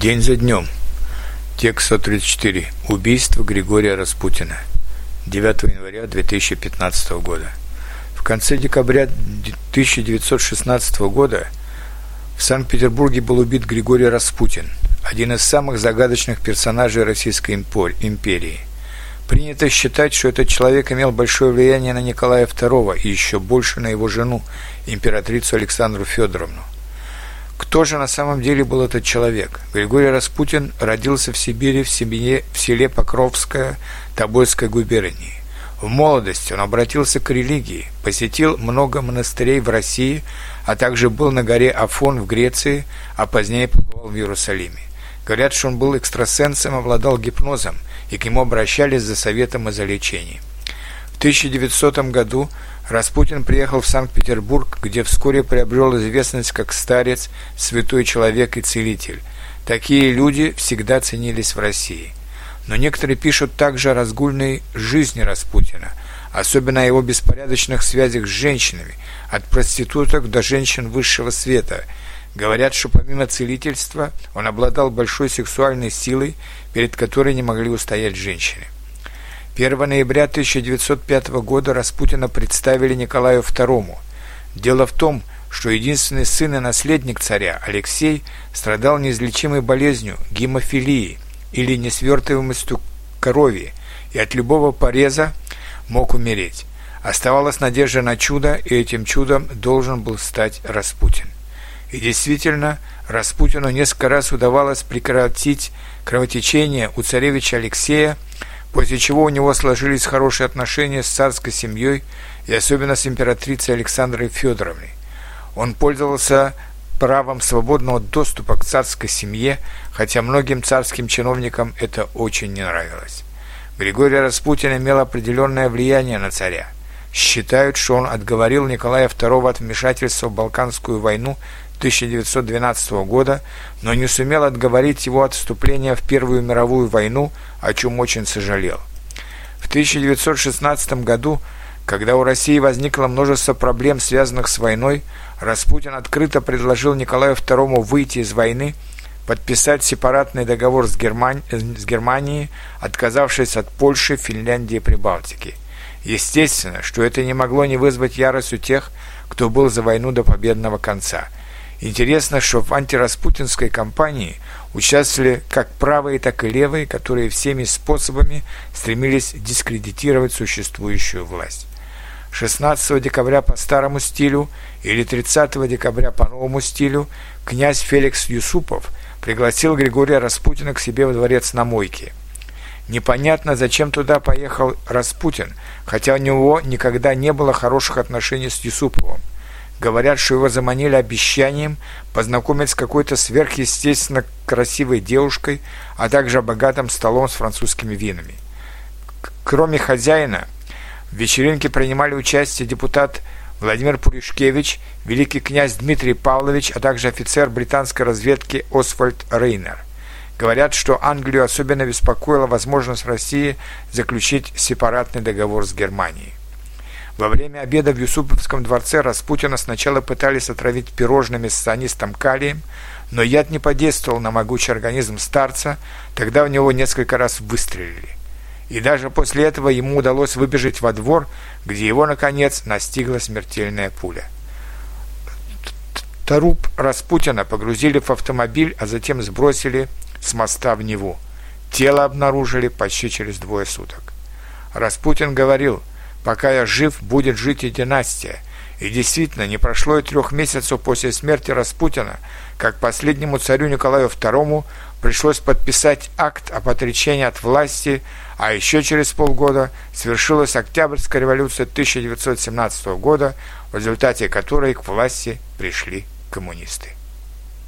День за днем. Текст 134. Убийство Григория Распутина. 9 января 2015 года. В конце декабря 1916 года в Санкт-Петербурге был убит Григорий Распутин, один из самых загадочных персонажей Российской империи. Принято считать, что этот человек имел большое влияние на Николая II и еще больше на его жену, императрицу Александру Федоровну. Кто же на самом деле был этот человек? Григорий Распутин родился в Сибири в селе Покровское Тобольской губернии. В молодости он обратился к религии, посетил много монастырей в России, а также был на горе Афон в Греции, а позднее побывал в Иерусалиме. Говорят, что он был экстрасенсом, обладал гипнозом, и к нему обращались за советом и за лечением. В 1900 году Распутин приехал в Санкт-Петербург, где вскоре приобрел известность как старец, святой человек и целитель. Такие люди всегда ценились в России. Но некоторые пишут также о разгульной жизни Распутина, особенно о его беспорядочных связях с женщинами, от проституток до женщин высшего света. Говорят, что помимо целительства он обладал большой сексуальной силой, перед которой не могли устоять женщины. 1 ноября 1905 года Распутина представили Николаю II. Дело в том, что единственный сын и наследник царя, Алексей, страдал неизлечимой болезнью гемофилии или несвертываемостью крови, и от любого пореза мог умереть. Оставалась надежда на чудо, и этим чудом должен был стать Распутин. И действительно, Распутину несколько раз удавалось прекратить кровотечение у царевича Алексея, после чего у него сложились хорошие отношения с царской семьей и особенно с императрицей Александрой Федоровной. Он пользовался правом свободного доступа к царской семье, хотя многим царским чиновникам это очень не нравилось. Григорий Распутин имел определенное влияние на царя. Считают, что он отговорил Николая II от вмешательства в Балканскую войну 1912 года, но не сумел отговорить его от вступления в Первую мировую войну, о чем очень сожалел. В 1916 году, когда у России возникло множество проблем, связанных с войной, Распутин открыто предложил Николаю II выйти из войны, подписать сепаратный договор с Германией, отказавшись от Польши, Финляндии и Прибалтики. Естественно, что это не могло не вызвать ярость у тех, кто был за войну до победного конца. Интересно, что в антираспутинской кампании участвовали как правые, так и левые, которые всеми способами стремились дискредитировать существующую власть. 16 декабря по старому стилю или 30 декабря по новому стилю князь Феликс Юсупов пригласил Григория Распутина к себе во дворец на Мойке. Непонятно, зачем туда поехал Распутин, хотя у него никогда не было хороших отношений с Юсуповым. Говорят, что его заманили обещанием познакомить с какой-то сверхъестественно красивой девушкой, а также богатым столом с французскими винами. Кроме хозяина, в вечеринке принимали участие депутат Владимир Пуришкевич, великий князь Дмитрий Павлович, а также офицер британской разведки Освальд Рейнер. Говорят, что Англию особенно беспокоила возможность России заключить сепаратный договор с Германией. Во время обеда в Юсуповском дворце Распутина сначала пытались отравить пирожными с цианистым калием, но яд не подействовал на могучий организм старца, тогда в него несколько раз выстрелили. И даже после этого ему удалось выбежать во двор, где его, наконец, настигла смертельная пуля. Труп Распутина погрузили в автомобиль, а затем сбросили с моста в Неву. Тело обнаружили почти через 2 суток. Распутин говорил: «Пока я жив, будет жить и династия». И действительно, не прошло и 3 месяцев после смерти Распутина, как последнему царю Николаю II пришлось подписать акт об отречении от власти, а еще через полгода свершилась Октябрьская революция 1917 года, в результате которой к власти пришли коммунисты.